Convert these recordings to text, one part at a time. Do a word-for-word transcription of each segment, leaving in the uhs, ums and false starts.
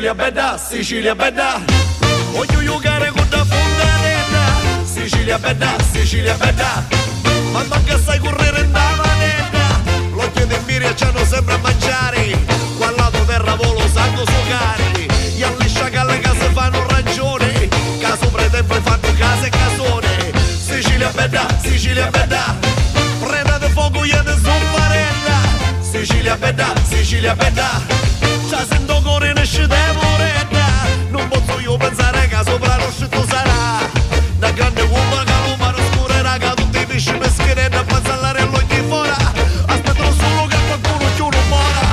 Sicilia bella, Sicilia bella, voglio giocare con la fontanella. Sicilia bella, Sicilia bella, ma manca sai correre in da manetta. L'occhio di Miria c'hanno sempre a mangiare, qua al lato terra volo sanno suocare. Gli alle sciacalle case fanno ragione, caso pretempo fanno case e casone. Sicilia bella, Sicilia bella, prena di fuoco io ne sono farella. Sicilia bella, Sicilia bella, c'ha sento cuore ne scende moretta. Non posso io pensare che sopra lo scitto sarà una grande uomo che l'uomo non scurerà, che tutti i pesci pescheranno a passare all'occhio fuori. Aspettano solo che qualcuno chiude un mora.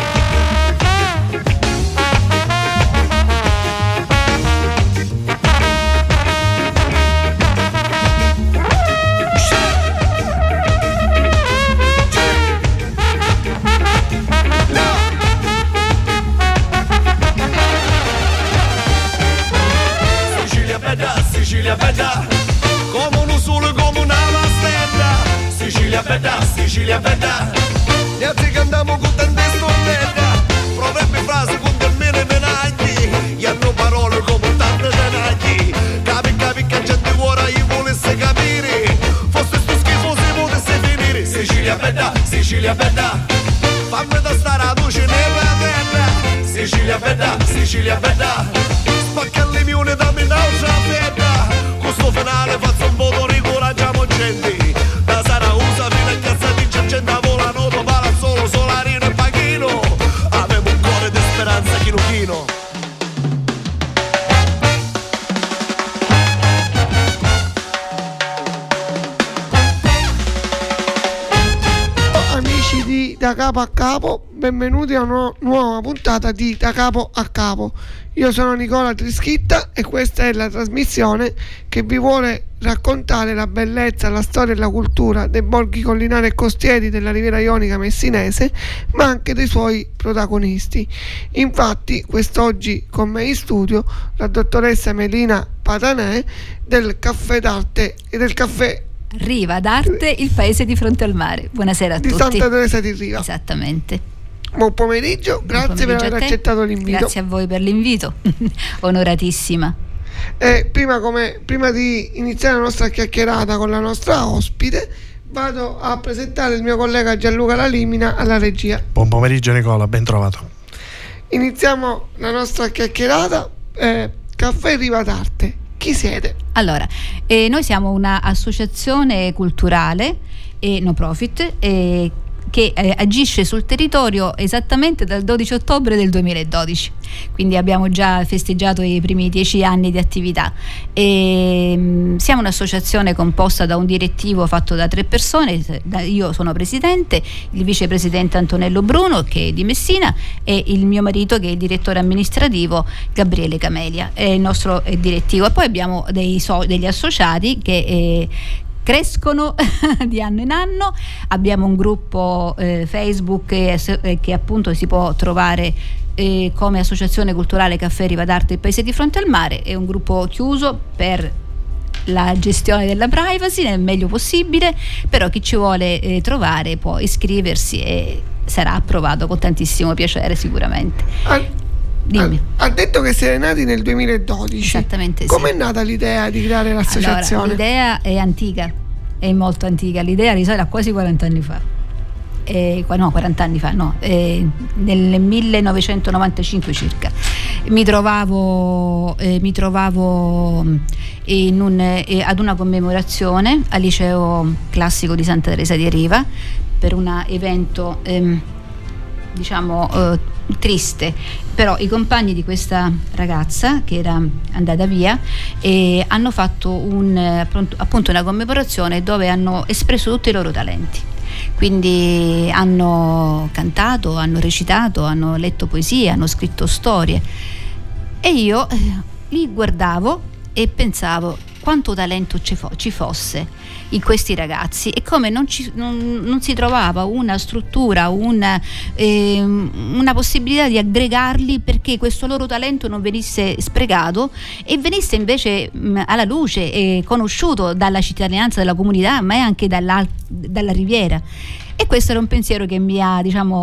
Sicilia bella, come uno solo, come una stella. Sicilia bella, Sicilia bella, gli altri cantiamo con tante stornella. Proverbi frasi con termine menagli, gli hanno parole come tante denagli. Capi, capi che gente cuore io volesse capire, fosse sto schifo se potesse finire. Sicilia bella, Sicilia bella, fammi da stare a luce nella terra. Sicilia bella, Sicilia bella, spacca le mione da un'altra fetta. Questo finale faccio un po' di incoraggiamo gente. Da Sarausa fino a Piazza di Cento volano da Palazzolo, Solarino e Pachino. Avevo un cuore di speranza chino chino. Oh, amici di Da Capo a Capo, benvenuti a una nuova puntata di Da Capo a Capo. Io sono Nicola Trischitta e questa è la trasmissione che vi vuole raccontare la bellezza, la storia e la cultura dei borghi collinari e costieri della Riviera Ionica messinese, ma anche dei suoi protagonisti. Infatti, quest'oggi con me in studio la dottoressa Melina Patanè del Caffè d'Arte e del Caffè Riva d'Arte, il paese di fronte al mare. Buonasera a di tutti. Santa Teresa di Riva. Esattamente. Buon pomeriggio, grazie Buon pomeriggio per aver a te. accettato l'invito. Grazie a voi per l'invito, onoratissima. Eh, prima, come, prima di iniziare la nostra chiacchierata con la nostra ospite, vado a presentare il mio collega Gianluca Lalimina alla regia. Buon pomeriggio Nicola, ben trovato. Iniziamo la nostra chiacchierata. eh, Caffè Riva d'Arte, chi siete? Allora, eh, noi siamo un'associazione culturale e no profit eh, che eh, agisce sul territorio esattamente dal dodici ottobre del duemiladodici, quindi abbiamo già festeggiato i primi dieci anni di attività. E, mh, siamo un'associazione composta da un direttivo fatto da tre persone. Io sono presidente, il vicepresidente Antonello Bruno che è di Messina e il mio marito che è il direttore amministrativo Gabriele Camelia, è il nostro è direttivo. E poi abbiamo dei so, degli associati che eh, crescono di anno in anno. Abbiamo un gruppo eh, Facebook eh, eh, che appunto si può trovare eh, come Associazione Culturale Caffè Riva d'Arte il paese di fronte al mare. È un gruppo chiuso per la gestione della privacy nel meglio possibile, però chi ci vuole eh, trovare può iscriversi e sarà approvato con tantissimo piacere sicuramente. Ah. Dimmi. Ha detto che siete nati nel duemiladodici. Esattamente. Com'è sì. nata l'idea di creare l'associazione? Allora, l'idea è antica, è molto antica. L'idea risale a quasi quaranta anni fa. Eh, no, quaranta anni fa, no, eh, nel millenovecentonovantacinque circa. Mi trovavo, eh, mi trovavo in un, eh, ad una commemorazione al liceo classico di Santa Teresa di Riva per un evento ehm, diciamo eh, triste, però i compagni di questa ragazza che era andata via eh, hanno fatto un, appunto una commemorazione dove hanno espresso tutti i loro talenti. Quindi hanno cantato, hanno recitato, hanno letto poesie, hanno scritto storie e io eh, li guardavo e pensavo quanto talento ci, fo- ci fosse in questi ragazzi e come non, ci, non, non si trovava una struttura, una, eh, una possibilità di aggregarli perché questo loro talento non venisse sprecato e venisse invece mh, alla luce e conosciuto dalla cittadinanza della comunità, ma anche dalla, dalla Riviera. E questo era un pensiero che mi ha, diciamo,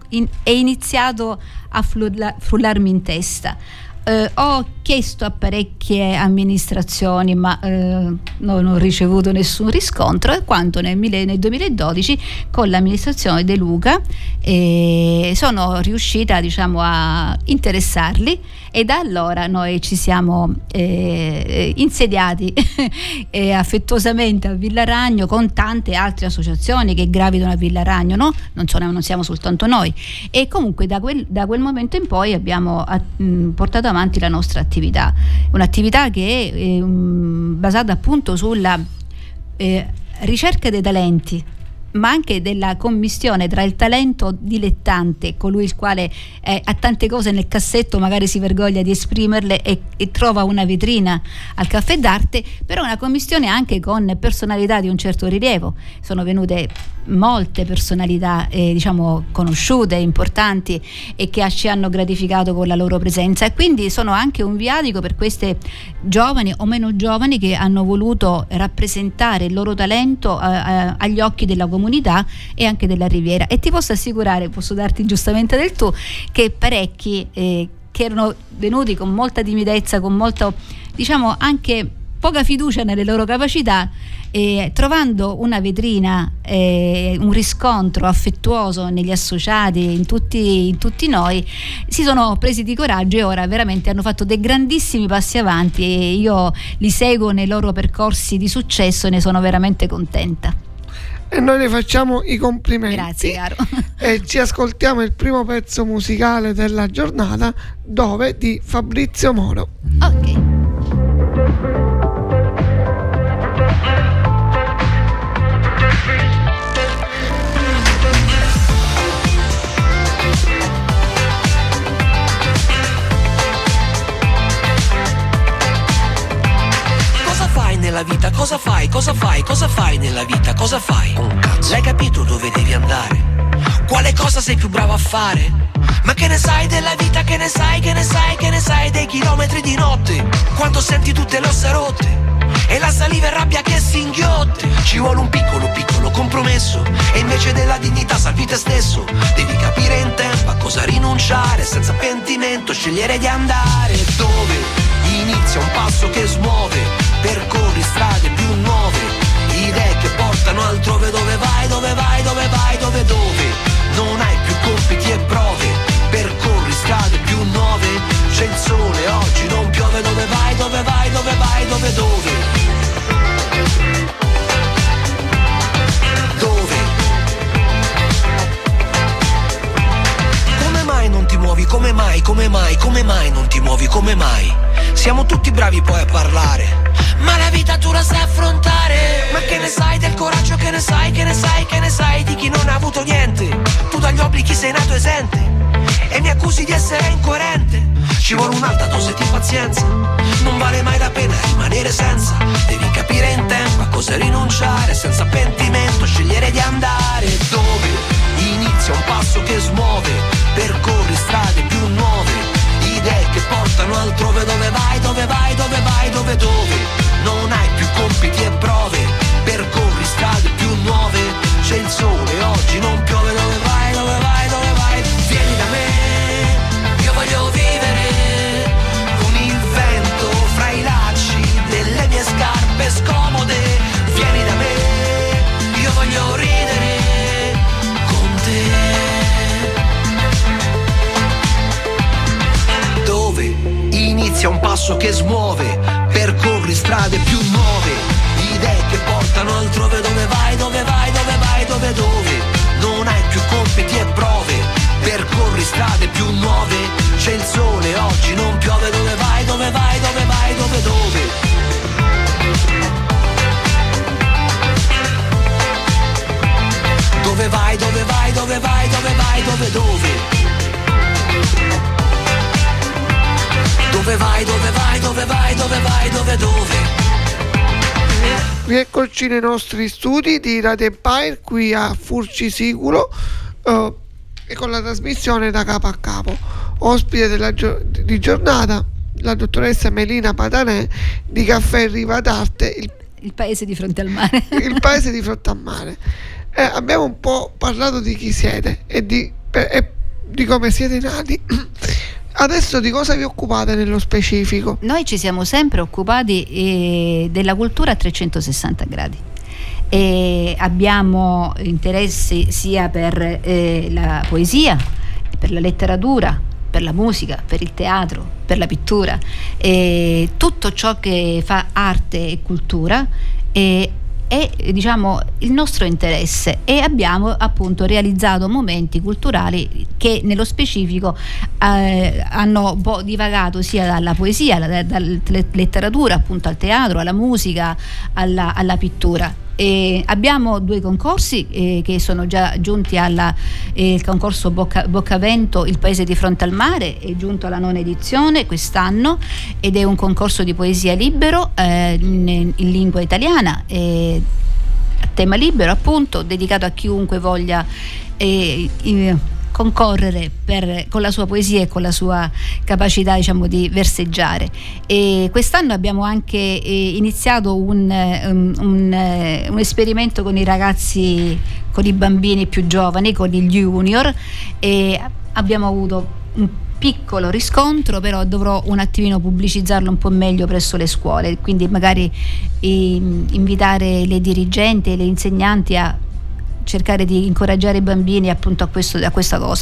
in, è iniziato a frulla, frullarmi in testa. Eh, ho chiesto a parecchie amministrazioni, ma eh, non ho ricevuto nessun riscontro, e quando nel, nel duemiladodici con l'amministrazione De Luca eh, sono riuscita, diciamo, a interessarli, e da allora noi ci siamo eh, insediati eh, affettuosamente a Villaragno, con tante altre associazioni che gravitano a Villaragno, no? Non, sono, non siamo soltanto noi, e comunque da quel, da quel momento in poi abbiamo a, mh, portato avanti la nostra attività, un'attività che è eh, basata appunto sulla eh, ricerca dei talenti, ma anche della commistione tra il talento dilettante, colui il quale eh, ha tante cose nel cassetto, magari si vergogna di esprimerle e, e trova una vetrina al caffè d'arte, però una commistione anche con personalità di un certo rilievo. Sono venute molte personalità eh, diciamo conosciute, importanti, e che ci hanno gratificato con la loro presenza, e quindi sono anche un viatico per queste giovani o meno giovani che hanno voluto rappresentare il loro talento eh, agli occhi della comunità e anche della Riviera. E ti posso assicurare, posso darti giustamente del tu, che parecchi eh, che erano venuti con molta timidezza, con molta, diciamo, anche poca fiducia nelle loro capacità, eh, trovando una vetrina, eh, un riscontro affettuoso negli associati, in tutti, in tutti noi, si sono presi di coraggio e ora veramente hanno fatto dei grandissimi passi avanti, e io li seguo nei loro percorsi di successo e ne sono veramente contenta. E noi le facciamo i complimenti. Grazie, caro. E ci ascoltiamo il primo pezzo musicale della giornata, Dove, di Fabrizio Moro. Ok. Nella vita cosa fai, cosa fai, cosa fai nella vita, cosa fai? Un cazzo. L'hai capito dove devi andare? Quale cosa sei più bravo a fare? Ma che ne sai della vita, che ne sai, che ne sai, che ne sai dei chilometri di notte? Quando senti tutte le ossa rotte e la saliva e rabbia che si inghiotte. Ci vuole un piccolo piccolo compromesso, e invece della dignità salvi te stesso. Devi capire in tempo a cosa rinunciare, senza pentimento scegliere di andare. Dove inizia un passo che smuove, percorri strade più nuove, idee che portano altrove. Dove vai, dove vai, dove vai, dove dove non hai più compiti e prove, percorri strade più nuove. C'è il sole oggi, non piove. Dove vai, dove vai, dove vai, dove dove dove come mai non ti muovi, come mai, come mai, come mai non ti muovi, come mai? Siamo tutti bravi poi a parlare, ma la vita tu la sai affrontare. Ma che ne sai del coraggio, che ne sai, che ne sai, che ne sai di chi non ha avuto niente? Tu dagli obblighi sei nato esente e mi accusi di essere incoerente. Ci vuole un'alta dose di pazienza, non vale mai la pena rimanere senza. Devi capire in tempo a cosa rinunciare, senza pentimento scegliere di andare. Dove inizia un passo che smuove, percorri strade più nuove, idee che portano altrove. Dove vai, dove vai, dove vai, dove dove non hai più compiti e prove, percorri strade più nuove. C'è il sole oggi, non piove. Dove vai, dove vai, dove vai? Vieni da me, io voglio vivere con il vento fra i lacci delle mie scarpe scomode. Vieni da me, io voglio ridere con te. Dove inizia un passo che smuove, percorri strade più nuove, idee che portano altrove. Dove vai, dove vai, dove vai, dove dove non hai più compiti e prove, percorri strade più nuove. C'è il sole oggi, non piove. Dove vai, dove vai, dove vai, dove dove dove vai, dove vai, dove vai, dove vai, dove dove dove vai, dove vai, dove vai, dove vai, dove dove Rieccoci nei nostri studi di Radio Empire qui a Furci Siculo, uh, e con la trasmissione Da Capo a Capo. Ospite della gio- di giornata la dottoressa Melina Patanè di Caffè Riva d'Arte, il, il paese di fronte al mare. il paese di fronte al mare. Eh, abbiamo un po' parlato di chi siete e, di, per, e di come siete nati. Adesso di cosa vi occupate nello specifico? Noi ci siamo sempre occupati eh, della cultura a trecentosessanta gradi. E abbiamo interessi sia per eh, la poesia, per la letteratura, per la musica, per il teatro, per la pittura, e tutto ciò che fa arte e cultura e è, diciamo, il nostro interesse, e abbiamo appunto realizzato momenti culturali che nello specifico eh, hanno un po' divagato sia dalla poesia, alla, dalla letteratura, appunto al teatro, alla musica, alla, alla pittura. E abbiamo due concorsi eh, che sono già giunti alla eh, il concorso Bocca, Boccavento, il paese di fronte al mare, è giunto alla nona edizione quest'anno, ed è un concorso di poesia libero eh, in, in lingua italiana, eh, a tema libero appunto, dedicato a chiunque voglia eh, in, concorrere per, con la sua poesia e con la sua capacità, diciamo, di verseggiare. E quest'anno abbiamo anche eh, iniziato un, um, un, uh, un esperimento con i ragazzi, con i bambini più giovani, con gli junior, e abbiamo avuto un piccolo riscontro, però dovrò un attimino pubblicizzarlo un po' meglio presso le scuole, quindi magari eh, invitare le dirigenti e le insegnanti a cercare di incoraggiare i bambini appunto a, questo, a questa cosa.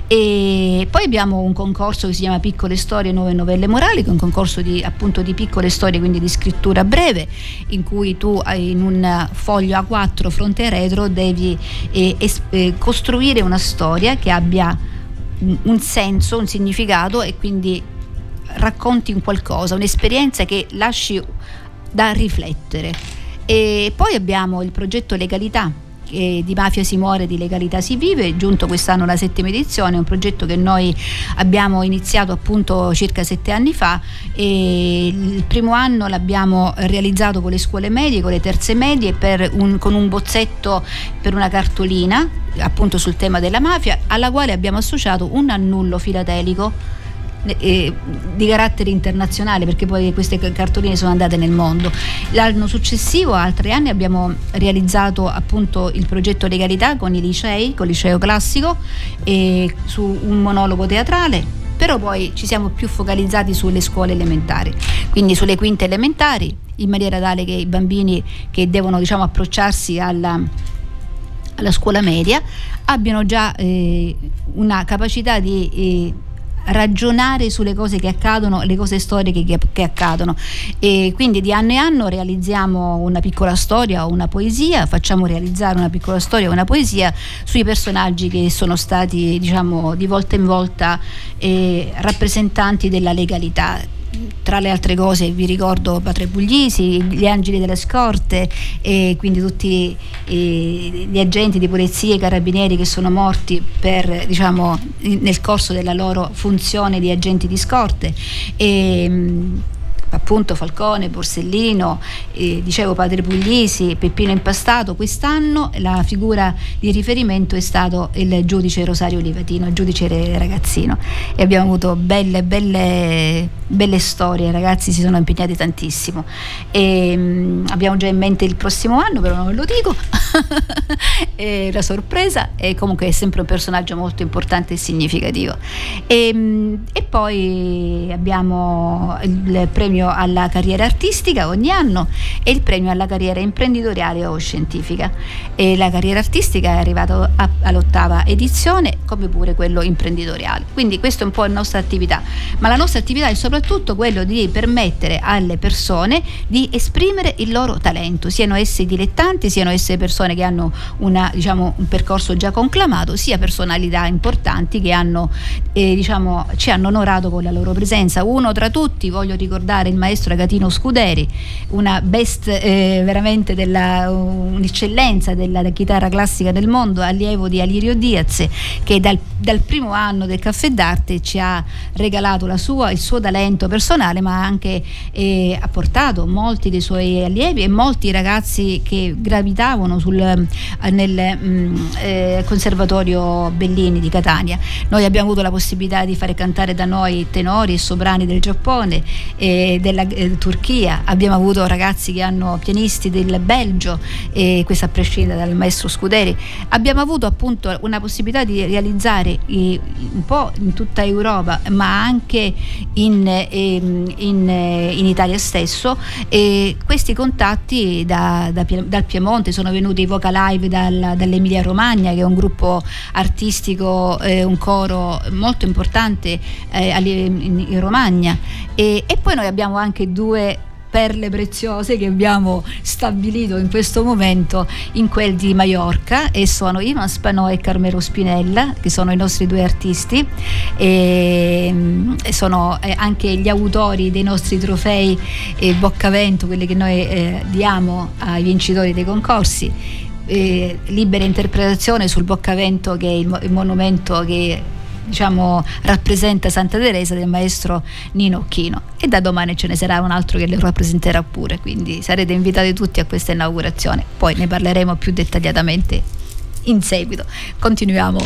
E poi abbiamo un concorso che si chiama Piccole Storie, Nuove Novelle Morali, che è un concorso di, appunto, di piccole storie, quindi di scrittura breve, in cui tu in un foglio A quattro fronte e retro devi eh, es- eh, costruire una storia che abbia un senso, un significato, e quindi racconti un qualcosa, un'esperienza che lasci da riflettere. E poi abbiamo il progetto Legalità, che di mafia si muore, di legalità si vive, giunto quest'anno la settima edizione, un progetto che noi abbiamo iniziato appunto circa sette anni fa, e il primo anno l'abbiamo realizzato con le scuole medie, con le terze medie, per un, con un bozzetto per una cartolina appunto sul tema della mafia, alla quale abbiamo associato un annullo filatelico Eh, di carattere internazionale, perché poi queste cartoline sono andate nel mondo. L'anno successivo, altri anni, abbiamo realizzato appunto il progetto Legalità con i licei, con il liceo classico, e su un monologo teatrale, però poi ci siamo più focalizzati sulle scuole elementari, quindi sulle quinte elementari, in maniera tale che i bambini che devono, diciamo, approcciarsi alla alla scuola media abbiano già eh, una capacità di eh, ragionare sulle cose che accadono, le cose storiche che, che accadono, e quindi di anno in anno realizziamo una piccola storia o una poesia, facciamo realizzare una piccola storia o una poesia sui personaggi che sono stati, diciamo, di volta in volta eh, rappresentanti della legalità. Tra le altre cose vi ricordo Padre Puglisi, gli Angeli delle Scorte, e quindi tutti eh, gli agenti di polizia e carabinieri che sono morti per, diciamo, nel corso della loro funzione di agenti di scorte, e appunto Falcone, Borsellino, eh, dicevo Padre Puglisi, Peppino Impastato. Quest'anno la figura di riferimento è stato il giudice Rosario Livatino, il giudice ragazzino, e abbiamo avuto belle belle belle storie, i ragazzi si sono impegnati tantissimo, e mh, abbiamo già in mente il prossimo anno, però non ve lo dico è la sorpresa, e comunque è sempre un personaggio molto importante e significativo. E, mh, e poi abbiamo il premio alla carriera artistica ogni anno e il premio alla carriera imprenditoriale o scientifica, e la carriera artistica è arrivata a, all'ottava edizione, come pure quello imprenditoriale. Quindi questa è un po' la nostra attività, ma la nostra attività è soprattutto quello di permettere alle persone di esprimere il loro talento, siano essi dilettanti, siano esse persone che hanno una, diciamo, un percorso già conclamato, sia personalità importanti che hanno eh, diciamo, ci hanno onorato con la loro presenza. Uno tra tutti voglio ricordare il maestro Agatino Scuderi, una best eh, veramente della un'eccellenza della chitarra classica del mondo, allievo di Alirio Diaz, che dal, dal primo anno del Caffè d'Arte ci ha regalato la sua, il suo talento personale, ma anche eh, ha portato molti dei suoi allievi e molti ragazzi che gravitavano sul sul, nel mh, eh, Conservatorio Bellini di Catania. Noi abbiamo avuto la possibilità di fare cantare da noi tenori e soprani del Giappone e della eh, Turchia, abbiamo avuto ragazzi che hanno pianisti del Belgio, e questo a prescindere dal maestro Scuderi. Abbiamo avuto appunto una possibilità di realizzare i, un po' in tutta Europa, ma anche in, in, in, in Italia stesso, e questi contatti da, da, dal Piemonte sono venuti i Voca Live dal, dall'Emilia Romagna, che è un gruppo artistico, eh, un coro molto importante eh, in, in Romagna, e, e poi noi abbiamo anche due perle preziose che abbiamo stabilito in questo momento in quel di Maiorca, e sono Ivan Spanò e Carmelo Spinella, che sono i nostri due artisti, e, e sono eh, anche gli autori dei nostri trofei eh, Boccavento, quelli che noi eh, diamo ai vincitori dei concorsi. Eh, libera interpretazione sul Boccavento, che è il, il monumento che diciamo rappresenta Santa Teresa, del maestro Nino Occhino, e da domani ce ne sarà un altro che lo rappresenterà pure, quindi sarete invitati tutti a questa inaugurazione, poi ne parleremo più dettagliatamente in seguito. Continuiamo.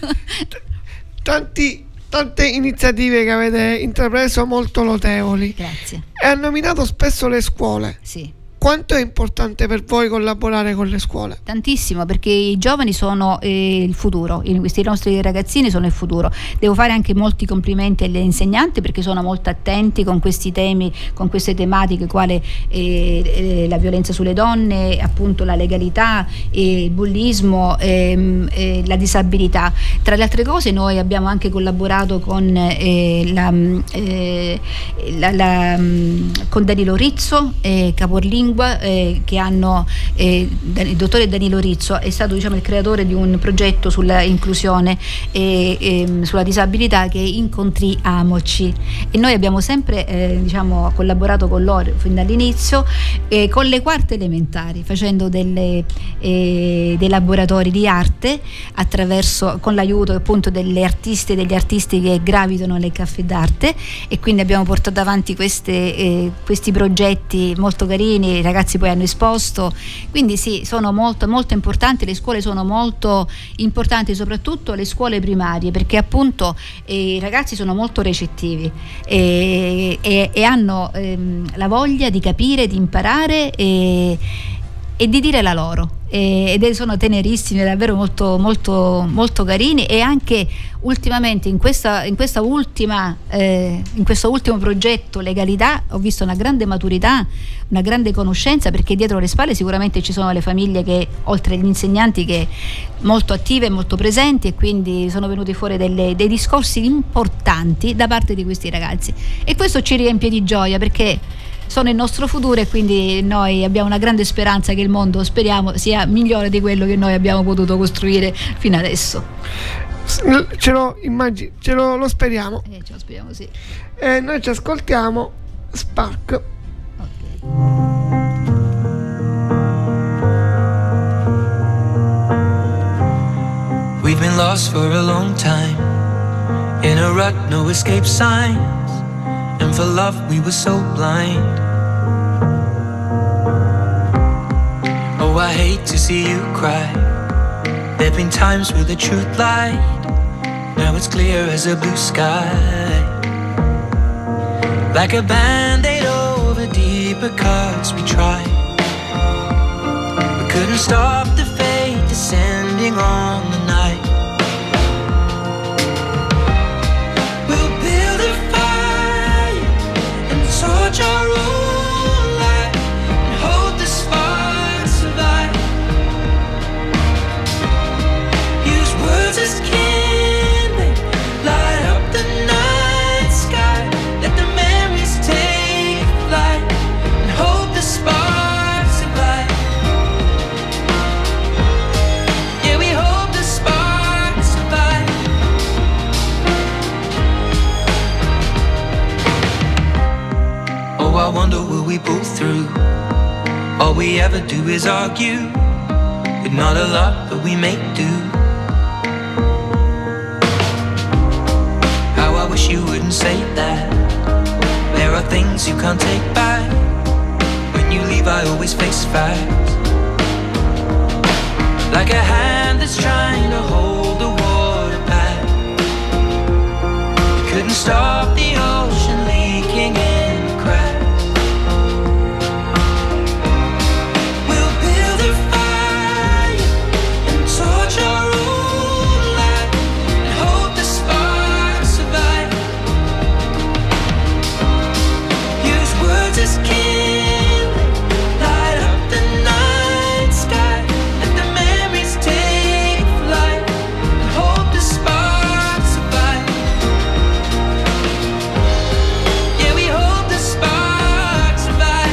Tanti, tante iniziative che avete intrapreso, molto lodevoli. Grazie. E ha nominato spesso le scuole. Sì. Quanto è importante per voi collaborare con le scuole? Tantissimo, perché i giovani sono eh, il futuro, I, questi nostri ragazzini sono il futuro. Devo fare anche molti complimenti agli insegnanti, perché sono molto attenti con questi temi, con queste tematiche, quale eh, eh, la violenza sulle donne, appunto la legalità, eh, il bullismo, ehm, eh, la disabilità. Tra le altre cose noi abbiamo anche collaborato con, eh, la, eh, la, la, con Danilo Rizzo, eh, Caporlingua, Eh, che hanno eh, il dottore Danilo Rizzo è stato diciamo il creatore di un progetto sulla inclusione e, e sulla disabilità, che è Incontriamoci, e noi abbiamo sempre eh, diciamo collaborato con loro fin dall'inizio, eh, con le quarte elementari, facendo delle, eh, dei laboratori di arte attraverso, con l'aiuto appunto delle artiste e degli artisti che gravitano nei caffè d'arte, e quindi abbiamo portato avanti queste, eh, questi progetti molto carini. I ragazzi poi hanno esposto, quindi sì, sono molto molto importanti. Le scuole sono molto importanti, soprattutto le scuole primarie, perché appunto eh, i ragazzi sono molto recettivi e, e, e hanno ehm, la voglia di capire, di imparare e, e di dire la loro, e, ed sono tenerissimi, davvero molto molto molto carini. E anche ultimamente in questa in questa ultima eh, in questo ultimo progetto legalità ho visto una grande maturità, una grande conoscenza, perché dietro le spalle sicuramente ci sono le famiglie, che oltre agli insegnanti, che molto attive e molto presenti, e quindi sono venuti fuori delle, dei discorsi importanti da parte di questi ragazzi, e questo ci riempie di gioia, perché sono il nostro futuro, e quindi noi abbiamo una grande speranza che il mondo, speriamo, sia migliore di quello che noi abbiamo potuto costruire fino adesso. Ce lo immagino, ce lo, lo speriamo. Eh, ce lo speriamo, sì. E noi ci ascoltiamo Spark. Ok. We've been lost for a long time, in a rut, no escape signs, and for love we were so blind. Oh, I hate to see you cry. There've been times where the truth lied, now it's clear as a blue sky. Like a band-aid over deeper cuts we tried. We couldn't stop the fate descending on the night. We'll build a fire and torch our own light, and hope the sparks survive. Use words as kindling, light up the night sky. Let the memories take flight, and hope the sparks survive. Yeah, we hope the sparks survive. Oh, I wonder will we pull through? All we ever do is argue, with not a lot, but we make do. How I wish you wouldn't say that. There are things you can't take back. When you leave I always face facts. like a hand that's trying to hold the water back. You couldn't stop the ocean leaking in the cracks. We'll build a fire and torch our own light and hope the sparks survive. Use words as kindling, light up the night sky. Let the memories take flight and hope the sparks survive. Yeah, we hope the sparks survive.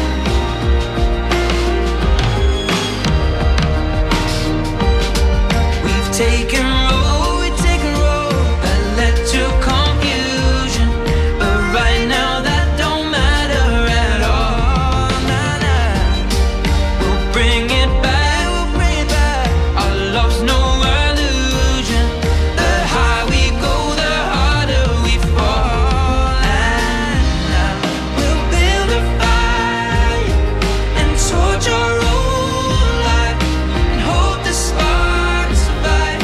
We've taken road, we've taken road that led to confusion, but right now that don't matter at all. Nah, nah. We'll bring it back, we'll bring it back. Our love's no illusion. The higher we go, the harder we fall. And now we'll build a fire and torch our own light and hope the sparks survive.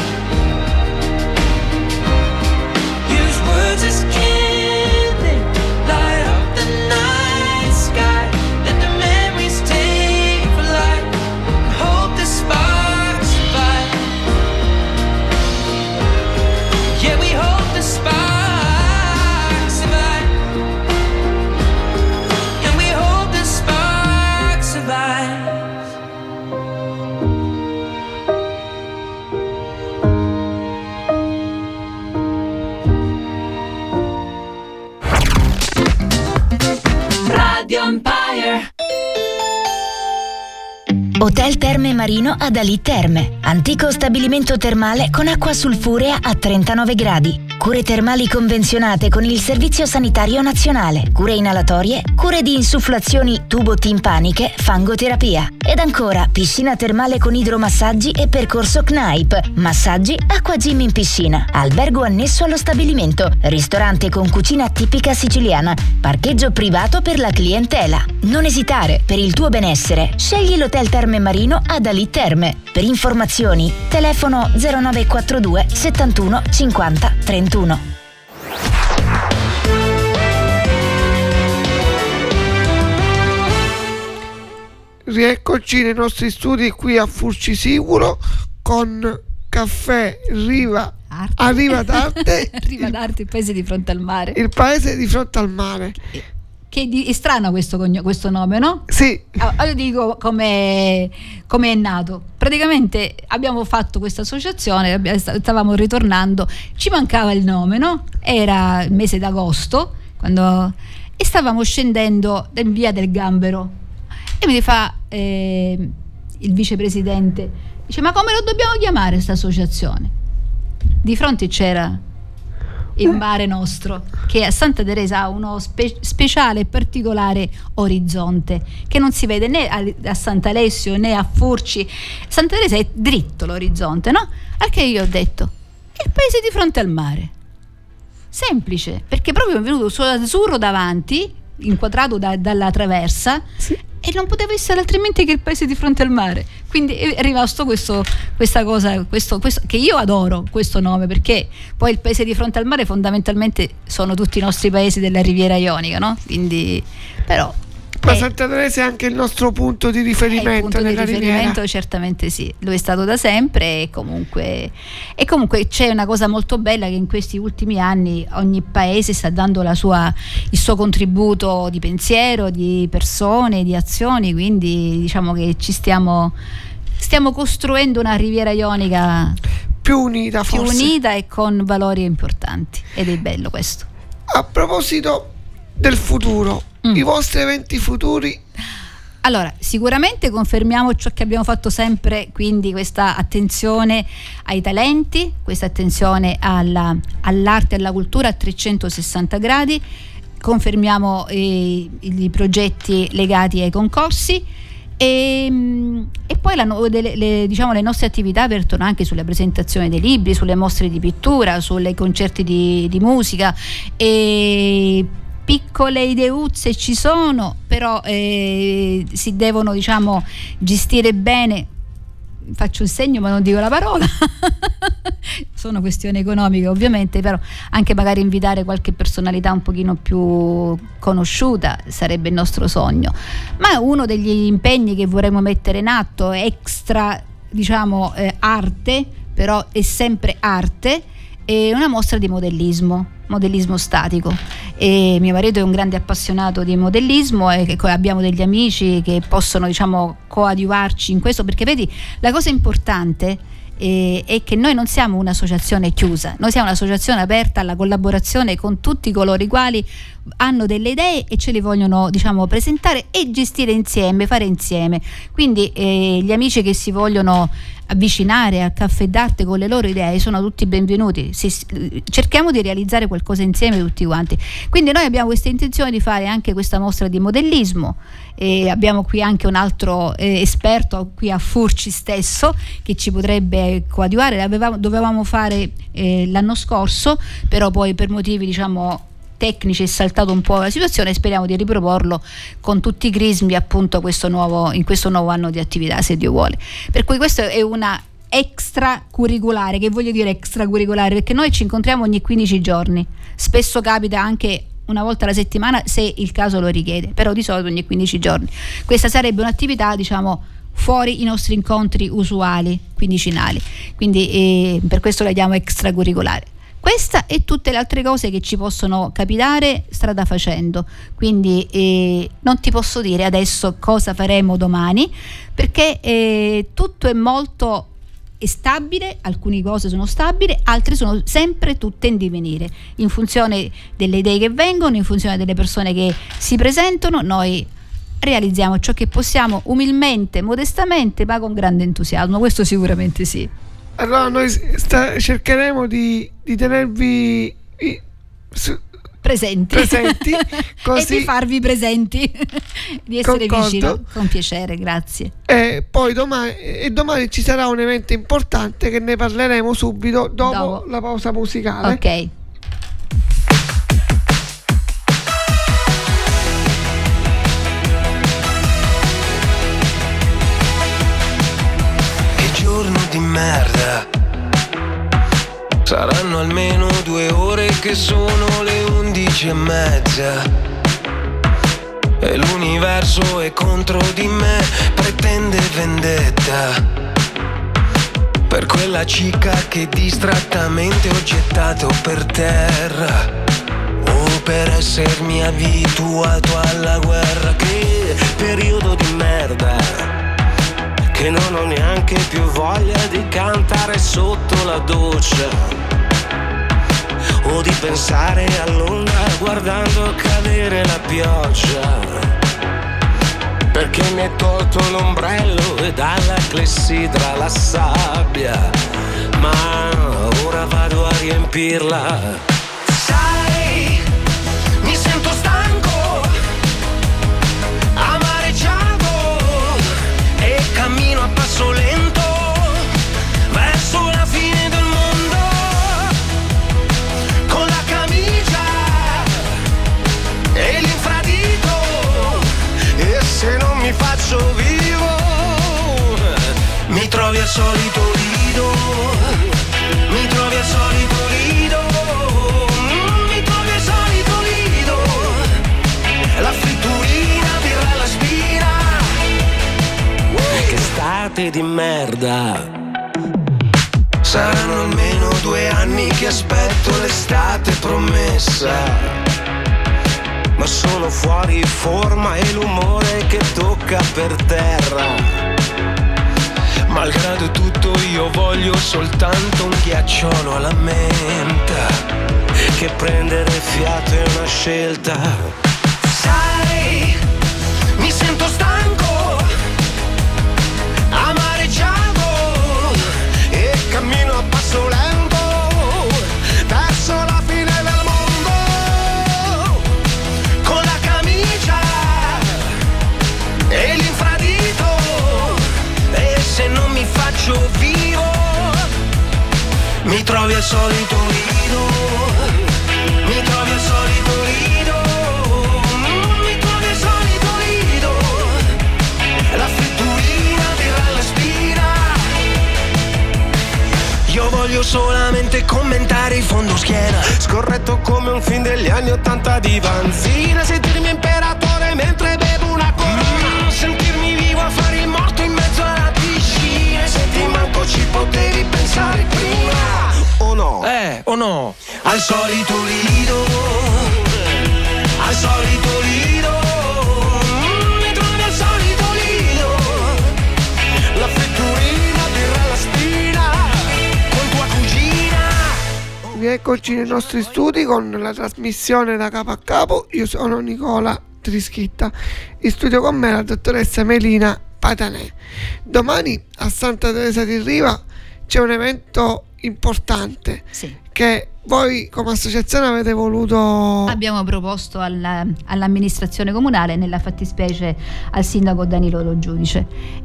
Use words as kindling, light up the night sky. Let the memories take flight and hope the sparks survive. Yeah, we hope the sparks survive. And we hope the sparks survive. Radio Empire. Hotel Terme Marino ad Ali Terme. Antico stabilimento termale con acqua sulfurea a trentanove gradi. Cure termali convenzionate con il Servizio Sanitario Nazionale. Cure inalatorie, cure di insufflazioni tubo-timpaniche, fangoterapia. Ed ancora piscina termale con idromassaggi e percorso C N A I P. Massaggi, acqua gym in piscina. Albergo annesso allo stabilimento. Ristorante con cucina tipica siciliana. Parcheggio privato per la clientela. Non esitare, per il tuo benessere. Scegli l'Hotel Terme Marino ad Ali Terme. Per informazioni, telefono zero nove quattro due settantuno cinquanta trentuno. Rieccoci nei nostri studi qui a Furcisicuro con Caffè Riva Arte. a Riva d'Arte, Riva d'Arte, il paese di fronte al mare. il paese di fronte al mare. Che di- è strano questo, cogno- questo nome, no? Sì, Ah, io dico come è nato. Praticamente abbiamo fatto questa associazione, abbi- stavamo ritornando, ci mancava il nome, no? Era il mese d'agosto quando, e stavamo scendendo in via del Gambero e mi fa eh, il vicepresidente, dice: ma come lo dobbiamo chiamare questa associazione? Di fronte c'era il Mare Nostro, che a Santa Teresa ha uno spe- speciale e particolare orizzonte che non si vede né a, a Sant'Alessio né a Furci. Santa Teresa è dritto l'orizzonte, no? Al che io ho detto: è il paese di fronte al mare. Semplice, perché proprio è venuto solo azzurro davanti, inquadrato da- dalla traversa, sì. e non poteva essere altrimenti che il paese di fronte al mare. Quindi è rimasto questo, questa cosa, questo, questo, che io adoro questo nome, perché poi il paese di fronte al mare fondamentalmente sono tutti i nostri paesi della Riviera Ionica, no? Quindi, però Ma eh, Santa Teresa è anche il nostro punto di riferimento è il punto di nella riferimento, Riviera. certamente sì, lo è stato da sempre, e comunque, e comunque c'è una cosa molto bella, che in questi ultimi anni ogni paese sta dando la sua, il suo contributo di pensiero, di persone, di azioni, quindi diciamo che ci stiamo stiamo costruendo una Riviera Ionica Più unita, più forse. unita e con valori importanti, ed è bello questo. A proposito del futuro, Mm. i vostri eventi futuri. Allora, sicuramente confermiamo ciò che abbiamo fatto sempre, quindi questa attenzione ai talenti, questa attenzione alla, all'arte e alla cultura a trecentosessanta gradi. Confermiamo eh, i progetti legati ai concorsi, e, e poi la, no- delle- le, diciamo, le nostre attività vertono anche sulle presentazioni dei libri, sulle mostre di pittura, sulle concerti di, di musica, e piccole ideuzze ci sono, però eh, si devono, diciamo, gestire bene faccio il segno ma non dico la parola. Sono questioni economiche ovviamente, però anche magari invitare qualche personalità un pochino più conosciuta sarebbe il nostro sogno. Ma uno degli impegni che vorremmo mettere in atto, extra diciamo eh, arte, però è sempre arte, è una mostra di modellismo, modellismo statico. E mio marito è un grande appassionato di modellismo e che abbiamo degli amici che possono diciamo coadiuvarci in questo, perché vedi, la cosa importante eh, è che noi non siamo un'associazione chiusa, noi siamo un'associazione aperta alla collaborazione con tutti coloro i quali hanno delle idee e ce le vogliono diciamo presentare e gestire insieme, fare insieme. Quindi eh, gli amici che si vogliono avvicinare al caffè d'arte con le loro idee sono tutti benvenuti. Si, cerchiamo di realizzare qualcosa insieme tutti quanti. Quindi noi abbiamo questa intenzione di fare anche questa mostra di modellismo e abbiamo qui anche un altro eh, esperto qui a Furci stesso che ci potrebbe coadiuvare. L'avevamo, dovevamo fare eh, l'anno scorso, però poi per motivi diciamo tecnici è saltato un po' la situazione e speriamo di riproporlo con tutti i crismi appunto questo nuovo, in questo nuovo anno di attività, se Dio vuole. Per cui questo è una extracurricolare. Che voglio dire extracurricolare? Perché noi ci incontriamo ogni quindici giorni, spesso capita anche una volta alla settimana se il caso lo richiede, però di solito ogni quindici giorni. Questa sarebbe un'attività diciamo fuori i nostri incontri usuali quindicinali, quindi eh, per questo la chiamo extracurricolare. Questa e tutte le altre cose che ci possono capitare strada facendo, quindi eh, non ti posso dire adesso cosa faremo domani, perché eh, tutto è molto stabile, alcune cose sono stabili, altre sono sempre tutte in divenire, in funzione delle idee che vengono, in funzione delle persone che si presentano. Noi realizziamo ciò che possiamo umilmente, modestamente, ma con grande entusiasmo, questo sicuramente sì. Allora noi sta, cercheremo di, di tenervi i, su, presenti, presenti così, e di farvi presenti, di essere concordo. vicino, con piacere, grazie. E poi domani, e domani ci sarà un evento importante che ne parleremo subito dopo, dopo. la pausa musicale. Ok. Di merda. Saranno almeno due ore che sono le undici e mezza e l'universo è contro di me, pretende vendetta per quella cica che distrattamente ho gettato per terra, o per essermi abituato alla guerra. Che periodo di merda, che non ho neanche più voglia di cantare sotto la doccia o di pensare all'onda guardando cadere la pioggia, perché mi hai tolto l'ombrello e dalla clessidra la sabbia, ma ora vado a riempirla. Sai, mi sento stanco, amareggiato, e cammino a passo lento verso la fine del mondo, con la camicia e l'infradito, e se non mi faccio vivo mi trovi al solito lido, mi trovi al solito lido, mi trovi al solito lido, la fritturina birra alla spina. Che estate di merda. Saranno almeno due anni che aspetto l'estate promessa, ma sono fuori forma e l'umore che tocca per terra. Malgrado tutto io voglio soltanto un ghiacciolo alla menta, che prendere fiato è una scelta. Sai, mi sento stanco, amareggiato, e cammino a passo lento verso la fine del mondo, con la camicia e l'infradito, e se non mi faccio vivo mi trovi al solito lido, mi trovi al solito lido, mi trovi al solito lido, la fritturina birra alla spina. corretto come un film degli anni ottanta di Vanzina, sentirmi imperatore mentre bevo una corona, sentirmi vivo a fare il morto in mezzo alla piscina. Senti, manco ci potevi pensare prima, o no? Eh, o no? Al solito lido, al solito lido, mm, mi trovi al solito lido, la fritturina, birra alla spina, con tua cugina. Rieccoci nei nostri studi con la trasmissione Da Capo a Capo. Io sono Nicola Trischitta, in studio con me la dottoressa Melina Patanè. Domani a Santa Teresa di Riva c'è un evento importante, Sì. che voi come associazione avete voluto. Abbiamo proposto alla, all'amministrazione comunale, nella fattispecie al sindaco Danilo Lo Giudice.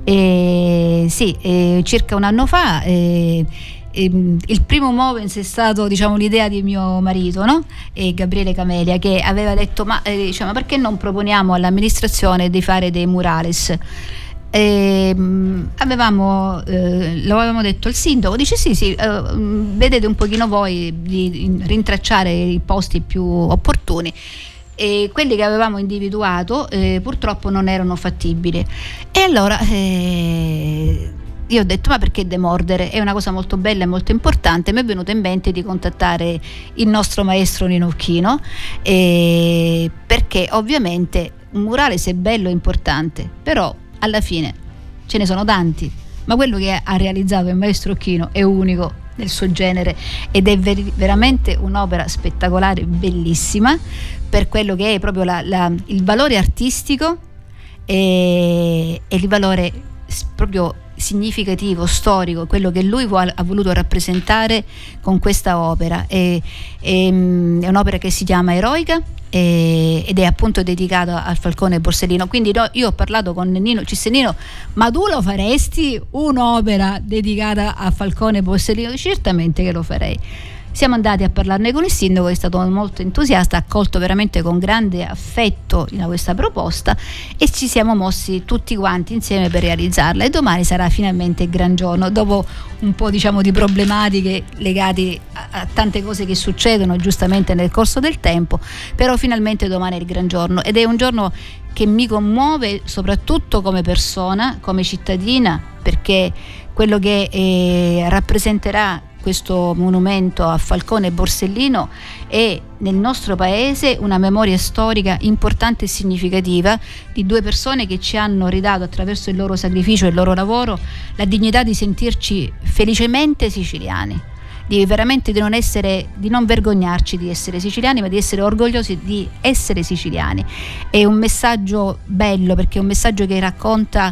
E, sì, e circa un anno fa e, e, il primo movens è stato, diciamo, l'idea di mio marito, no? E Gabriele Camelia, che aveva detto ma, eh, diciamo, ma perché non proponiamo all'amministrazione di fare dei murales? E, mh, avevamo, eh, lo avevamo detto al sindaco, dice sì sì, eh, mh, vedete un pochino voi di, di rintracciare i posti più opportuni, e quelli che avevamo individuato eh, purtroppo non erano fattibili. E allora eh, io ho detto ma perché demordere, è una cosa molto bella e molto importante. Mi è venuto in mente di contattare il nostro maestro Nino Occhino, eh, perché ovviamente un murale, se è bello, è importante, però alla fine ce ne sono tanti, ma quello che ha realizzato il maestro Occhino è unico nel suo genere ed è ver- veramente un'opera spettacolare, bellissima, per quello che è proprio la, la, il valore artistico e, e il valore s- proprio significativo, storico, quello che lui vuole, ha voluto rappresentare con questa opera. È, è, è un'opera che si chiama Eroica ed è appunto dedicata al Falcone Borsellino. Quindi no, io ho parlato con Nino, ci disse Nino, ma tu lo faresti un'opera dedicata a Falcone Borsellino? Certamente che lo farei. Siamo andati a parlarne con il sindaco, è stato molto entusiasta, ha accolto veramente con grande affetto questa proposta e ci siamo mossi tutti quanti insieme per realizzarla, e domani sarà finalmente il gran giorno, dopo un po', diciamo, di problematiche legate a, a tante cose che succedono giustamente nel corso del tempo, però finalmente domani è il gran giorno, ed è un giorno che mi commuove soprattutto come persona, come cittadina, perché quello che eh, rappresenterà questo monumento a Falcone e Borsellino è nel nostro paese una memoria storica importante e significativa di due persone che ci hanno ridato, attraverso il loro sacrificio e il loro lavoro, la dignità di sentirci felicemente siciliani, di veramente di non essere, di non vergognarci di essere siciliani, ma di essere orgogliosi di essere siciliani. È un messaggio bello, perché è un messaggio che racconta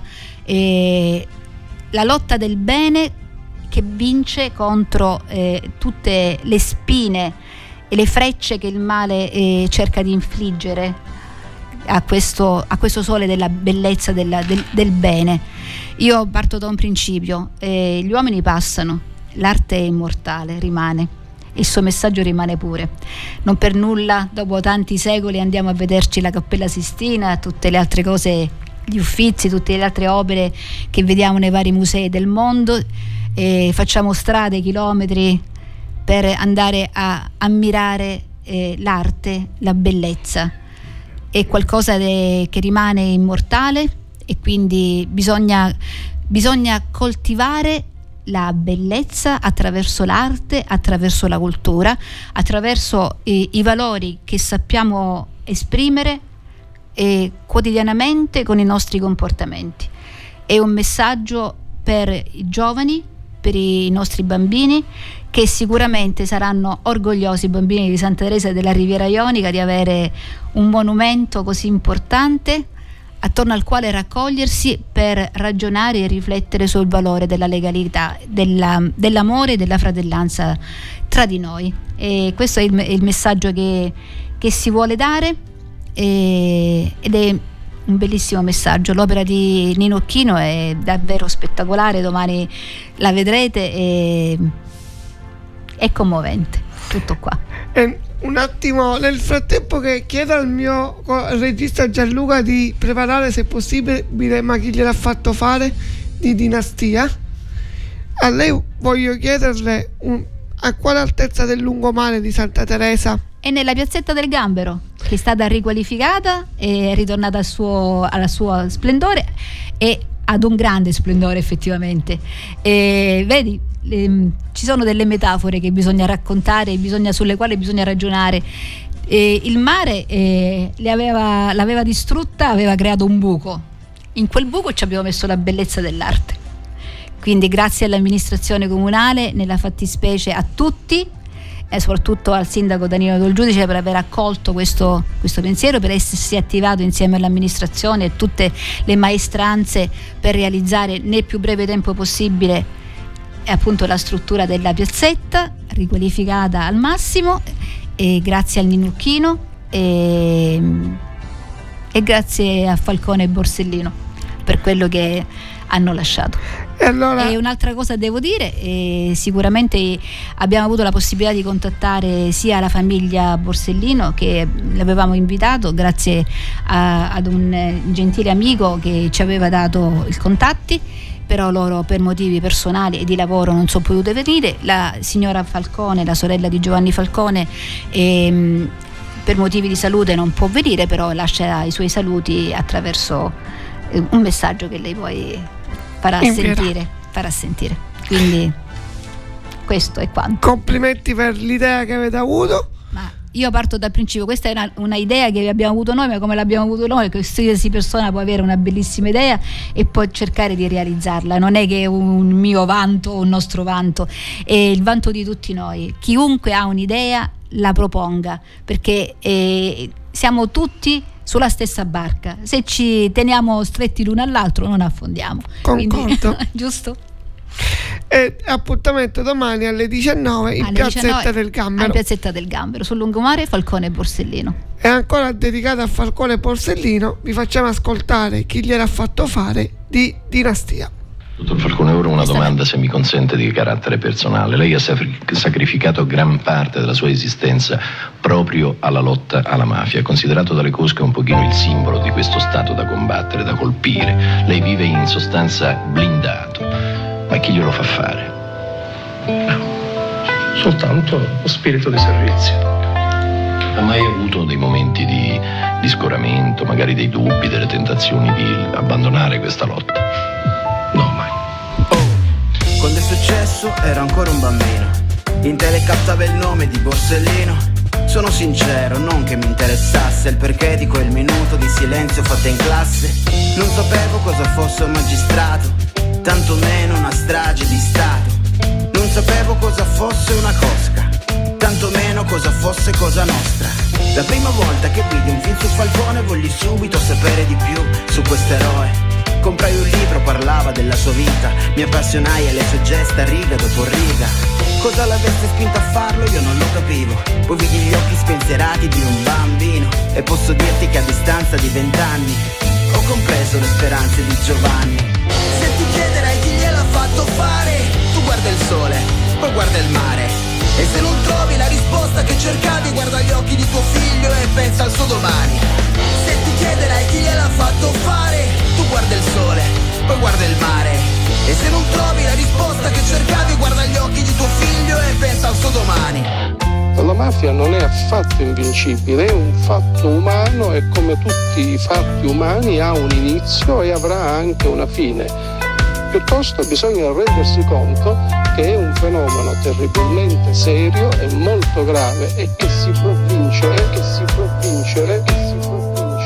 eh, la lotta del bene che vince contro eh, tutte le spine e le frecce che il male eh, cerca di infliggere a questo, a questo sole della bellezza, della, del, del bene. Io parto da un principio: eh, gli uomini passano, l'arte è immortale, rimane, il suo messaggio rimane pure. Non per nulla dopo tanti secoli andiamo a vederci la Cappella Sistina, tutte le altre cose, gli Uffizi, tutte le altre opere che vediamo nei vari musei del mondo. E facciamo strade, chilometri per andare a ammirare eh, l'arte, la bellezza. È qualcosa de, che rimane immortale, e quindi bisogna, bisogna coltivare la bellezza attraverso l'arte, attraverso la cultura, attraverso eh, i valori che sappiamo esprimere eh, quotidianamente con i nostri comportamenti. È un messaggio per i giovani, per i nostri bambini, che sicuramente saranno orgogliosi, i bambini di Santa Teresa della Riviera Ionica, di avere un monumento così importante attorno al quale raccogliersi per ragionare e riflettere sul valore della legalità, della, dell'amore e della fratellanza tra di noi. E questo è il, è il messaggio che, che si vuole dare, e, ed è un bellissimo messaggio. L'opera di Nino Occhino è davvero spettacolare, domani la vedrete, e è commovente. Tutto qua. Eh, un attimo, nel frattempo che chiedo al mio regista Gianluca di preparare, se possibile, ma chi gliel'ha fatto fare, di Dinastia, a lei voglio chiederle un, a quale altezza del lungomare di Santa Teresa? È nella piazzetta del Gambero, che è stata riqualificata e è ritornata al suo, al suo splendore e ad un grande splendore effettivamente. E vedi, le, ci sono delle metafore che bisogna raccontare, bisogna, sulle quali bisogna ragionare. E il mare eh, le aveva, l'aveva distrutta, aveva creato un buco. In quel buco ci abbiamo messo la bellezza dell'arte. Quindi grazie all'amministrazione comunale, nella fattispecie a tutti, e soprattutto al sindaco Danilo Dol Giudice per aver accolto questo, questo pensiero, per essersi attivato insieme all'amministrazione e tutte le maestranze per realizzare nel più breve tempo possibile appunto la struttura della piazzetta riqualificata al massimo, e grazie al Ninucchino e, e grazie a Falcone e Borsellino per quello che hanno lasciato. E allora... E un'altra cosa devo dire, eh, sicuramente abbiamo avuto la possibilità di contattare sia la famiglia Borsellino, che l'avevamo invitato grazie a, ad un gentile amico che ci aveva dato i contatti, però loro per motivi personali e di lavoro non sono potute venire. La signora Falcone, la sorella di Giovanni Falcone, ehm, per motivi di salute non può venire, però lascia i suoi saluti attraverso eh, un messaggio che lei poi farà sentire, farà sentire. Quindi questo è quanto. Complimenti per l'idea che avete avuto. Ma io parto dal principio, questa è una, una idea che abbiamo avuto noi, ma come l'abbiamo avuto noi, qualsiasi persona può avere una bellissima idea e può cercare di realizzarla. Non è che è un mio vanto o un nostro vanto, è il vanto di tutti noi. Chiunque ha un'idea la proponga, perché eh, siamo tutti sulla stessa barca. Se ci teniamo stretti l'uno all'altro non affondiamo. Concordo. Quindi, giusto? E appuntamento domani alle diciannove in alle piazzetta diciannove, del Gambero. In piazzetta del Gambero, sul lungomare Falcone e Borsellino. E ancora dedicato a Falcone e Borsellino, vi facciamo ascoltare Chi gliel'ha fatto fare di Dinastia. Dottor Falcone, ora una domanda, se mi consente, di carattere personale. Lei ha sacrificato gran parte della sua esistenza proprio alla lotta alla mafia, considerato dalle cosche un pochino il simbolo di questo stato da combattere, da colpire. Lei vive in sostanza blindato, ma chi glielo fa fare? No, soltanto lo spirito di servizio. Ha mai avuto dei momenti di, di scoramento, magari dei dubbi, delle tentazioni di abbandonare questa lotta? No, mai. Oh, quando è successo ero ancora un bambino. In tele captava il nome di Borsellino. Sono sincero, non che mi interessasse il perché di quel minuto di silenzio fatto in classe. Non sapevo cosa fosse un magistrato, tanto meno una strage di Stato. Non sapevo cosa fosse una cosca, tanto meno cosa fosse Cosa Nostra. La prima volta che vidi un film su Falcone volli subito sapere di più su quest'eroe. Comprai un libro, parlava della sua vita, mi appassionai alle sue gesta riga dopo riga. Cosa l'avesse spinto a farlo io non lo capivo, poi vidi gli occhi spensierati di un bambino e posso dirti che a distanza di vent'anni ho compreso le speranze di Giovanni. Se ti chiederai chi gliel'ha fatto fare, tu guarda il sole, poi guarda il mare, e se non trovi la risposta che cercavi, guarda gli occhi di tuo figlio e pensa al suo domani. Se ti chiederai chi gliel'ha fatto fare, tu guarda il sole, poi guarda il mare, e se non trovi la risposta che cercavi, guarda gli occhi di tuo figlio e pensa al suo domani. La mafia non è affatto invincibile, è un fatto umano e come tutti i fatti umani ha un inizio e avrà anche una fine. Piuttosto bisogna rendersi conto che è un fenomeno terribilmente serio e molto grave e che si può vincere, che si può vincere, che si può vincere, che si può vincere.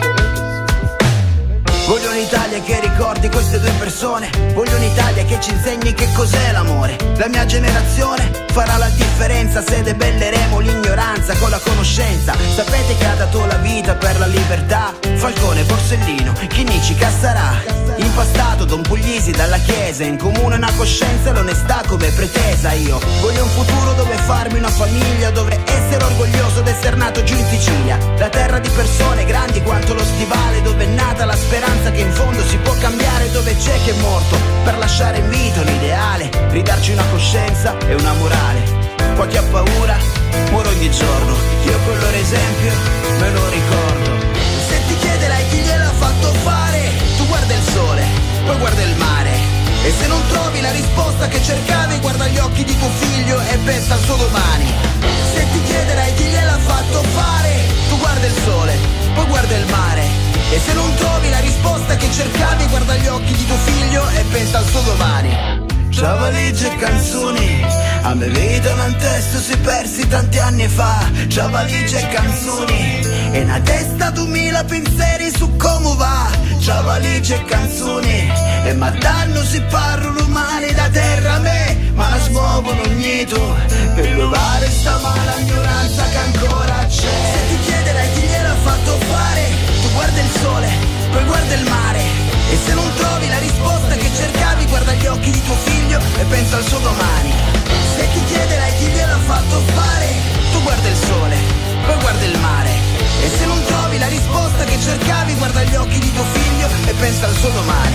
Voglio un'Italia che ricordi queste due persone, voglio un'Italia che ci insegni che cos'è l'amore. La mia generazione farà la differenza se debelleremo l'ignoranza con la conoscenza. Sapete che ha dato la vita per la libertà Falcone, Borsellino, Chinnici, Cassarà. Impastato Don Puglisi dalla chiesa, in comune una coscienza e l'onestà come pretesa. Io voglio un futuro dove farmi una famiglia, dove essere orgoglioso d'essere nato giù in Sicilia. La terra di persone grandi quanto lo stivale, dove è nata la speranza che in fondo si può cambiare, dove c'è chi è morto per lasciare in vita un ideale, ridarci una coscienza e una morale. Poi chi ha paura muore ogni giorno, io con loro esempio me lo ricordo. Se ti chiederai chi gliel'ha fatto fare, tu guarda il sole, poi guarda il mare, E se non trovi la risposta che cercavi, guarda gli occhi di tuo figlio e pensa al suo domani. Se ti chiederai chi gliel'ha fatto fare, tu guarda il sole, poi guarda il mare. E se non trovi la risposta che cercavi, guarda gli occhi di tuo figlio e pensa al suo domani. Tra valigie e canzoni, a me vita un testo si persi tanti anni fa. Tra valigie e canzoni, e una testa duemila pensieri su come va. Tra valigie e canzoni, e ma danno si parlano umani da terra a me, ma la smuovono ogni tu per levare sta mala ignoranza che ancora c'è. Se ti chiederai chi gliel'ha fatto fare, tu guarda il sole, poi guarda il mare. E se non trovi la risposta che cercavi, guarda gli occhi di tuo figlio e pensa al suo domani. Se ti chiederai chi gliel'ha fatto fare, tu guarda il sole, poi guarda il mare. E se non trovi la risposta che cercavi, guarda gli occhi di tuo figlio e pensa al suo domani.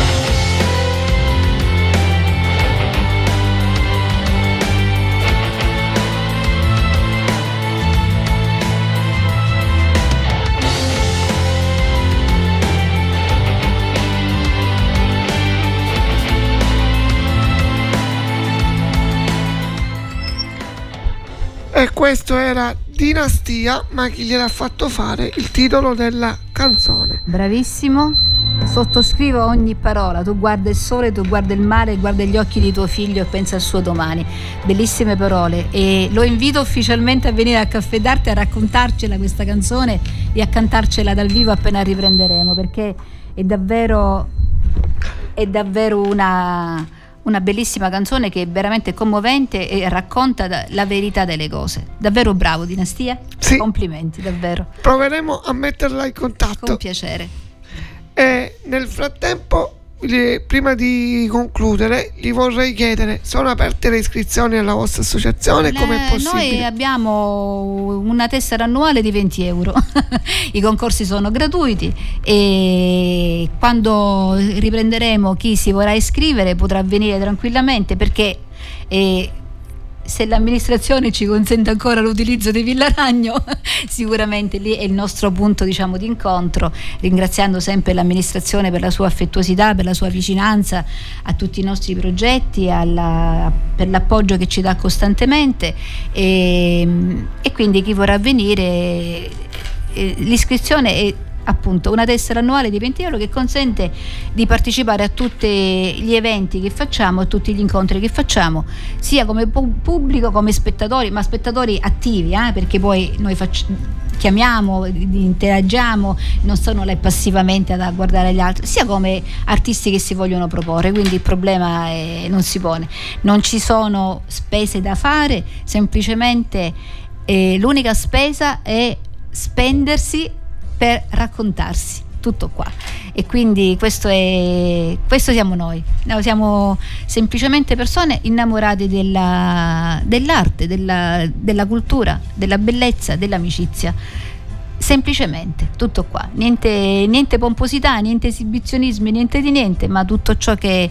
E questo era Dinastia, ma chi gliel'ha fatto fare, il titolo della canzone. Bravissimo, sottoscrivo ogni parola. Tu guarda il sole, tu guarda il mare, guarda gli occhi di tuo figlio e pensa al suo domani. Bellissime parole, e lo invito ufficialmente a venire a Caffè d'Arte a raccontarcela questa canzone e a cantarcela dal vivo appena riprenderemo, perché è davvero è davvero una una bellissima canzone che è veramente commovente e racconta la verità delle cose. Davvero bravo, Dinastia. Sì. Complimenti, davvero. Proveremo a metterla in contatto. Con piacere. E nel frattempo, prima di concludere, gli vorrei chiedere: sono aperte le iscrizioni alla vostra associazione? Come è possibile? Noi abbiamo una tessera annuale di venti euro. I concorsi sono gratuiti e quando riprenderemo, chi si vorrà iscrivere potrà venire tranquillamente, perché eh, se l'amministrazione ci consente ancora l'utilizzo di Villa Ragno, sicuramente lì è il nostro punto, diciamo, di incontro, ringraziando sempre l'amministrazione per la sua affettuosità, per la sua vicinanza a tutti i nostri progetti, alla, per l'appoggio che ci dà costantemente, e, e quindi chi vorrà venire, eh, l'iscrizione è appunto una tessera annuale di venti euro che consente di partecipare a tutti gli eventi che facciamo, a tutti gli incontri che facciamo, sia come pubblico, come spettatori, ma spettatori attivi, eh, perché poi noi facciamo, chiamiamo, interagiamo, non sono là passivamente a guardare gli altri, sia come artisti che si vogliono proporre, quindi il problema è, non si pone, non ci sono spese da fare, semplicemente eh, l'unica spesa è spendersi per raccontarsi, tutto qua. E quindi questo è questo siamo noi. Noi siamo semplicemente persone innamorate della, dell'arte, della, della cultura, della bellezza, dell'amicizia. Semplicemente, tutto qua. Niente, niente pomposità, niente esibizionismi, niente di niente, ma tutto ciò che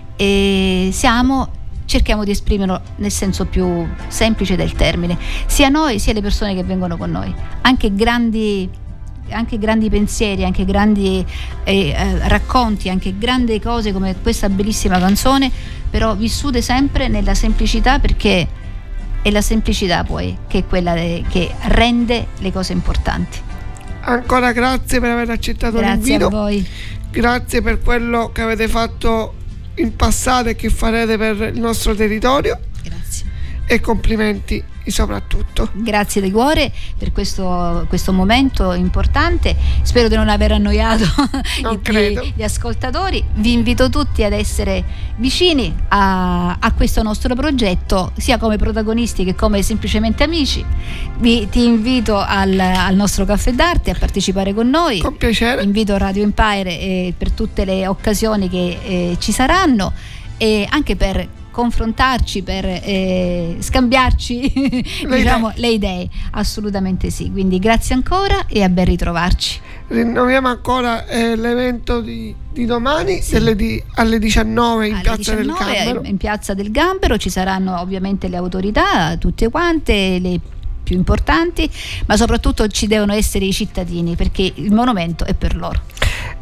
eh, siamo cerchiamo di esprimerlo nel senso più semplice del termine, sia noi sia le persone che vengono con noi, anche grandi anche grandi pensieri, anche grandi eh, eh, racconti, anche grandi cose come questa bellissima canzone, però vissute sempre nella semplicità, perché è la semplicità poi che è quella de- che rende le cose importanti. Ancora grazie per aver accettato grazie l'invito. A voi. Grazie per quello che avete fatto in passato e che farete per il nostro territorio. Grazie. E complimenti soprattutto. Grazie di cuore per questo, questo momento importante. Spero di non aver annoiato non gli, credo. gli ascoltatori. Vi invito tutti ad essere vicini a, a questo nostro progetto, sia come protagonisti che come semplicemente amici. Vi, ti invito al, al nostro Caffè d'Arte a partecipare con noi. Con piacere. Invito Radio Empire eh, per tutte le occasioni che eh, ci saranno, e anche per confrontarci, per eh, scambiarci le, diciamo, idee. le idee, assolutamente sì. Quindi grazie ancora e a ben ritrovarci. Rinnoviamo ancora eh, l'evento di, di domani, sì. delle di, alle diciannove in alle piazza diciannove, del Gambero. In piazza del Gambero ci saranno ovviamente le autorità, tutte quante, le più importanti, ma soprattutto ci devono essere i cittadini, perché il monumento è per loro.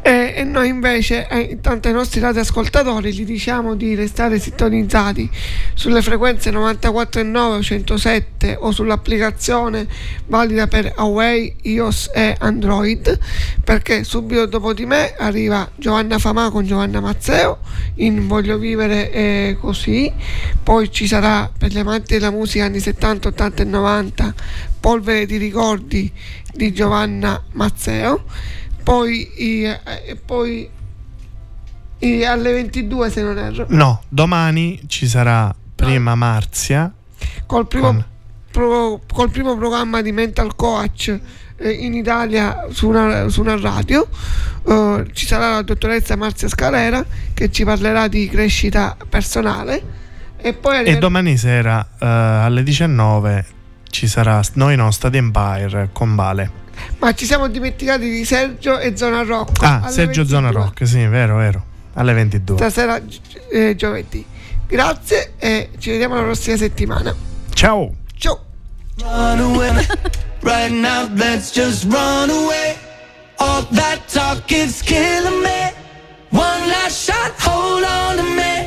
E, e noi invece, eh, intanto ai nostri radioascoltatori, gli diciamo di restare sintonizzati sulle frequenze novantaquattro virgola nove o centosette o sull'applicazione valida per Huawei, iOS e Android, perché subito dopo di me arriva Giovanna Famà con Giovanna Mazzeo in Voglio vivere eh, così. Poi ci sarà, per gli amanti della musica anni settanta, ottanta e novanta, Polvere di ricordi di Giovanna Mazzeo. Poi, eh, poi eh, alle ventidue, se non erro, no, domani ci sarà prima Marzia col primo, con... pro, col primo programma di Mental Coach eh, in Italia su una, su una radio. Uh, ci sarà la dottoressa Marzia Scalera che ci parlerà di crescita personale. E poi e domani sera uh, alle diciannove ci sarà Noi No Stadi Empire con Vale. Ma ci siamo dimenticati di Sergio e Zona Rock. Ah, Sergio ventidue. Zona Rock, sì, vero, vero. Alle ventidue. Stasera eh, giovedì. Grazie e ci vediamo la prossima settimana. Ciao. Ciao. Run away. Right now, let's just run away. All that talk is killing me. One last shot, hold on to me.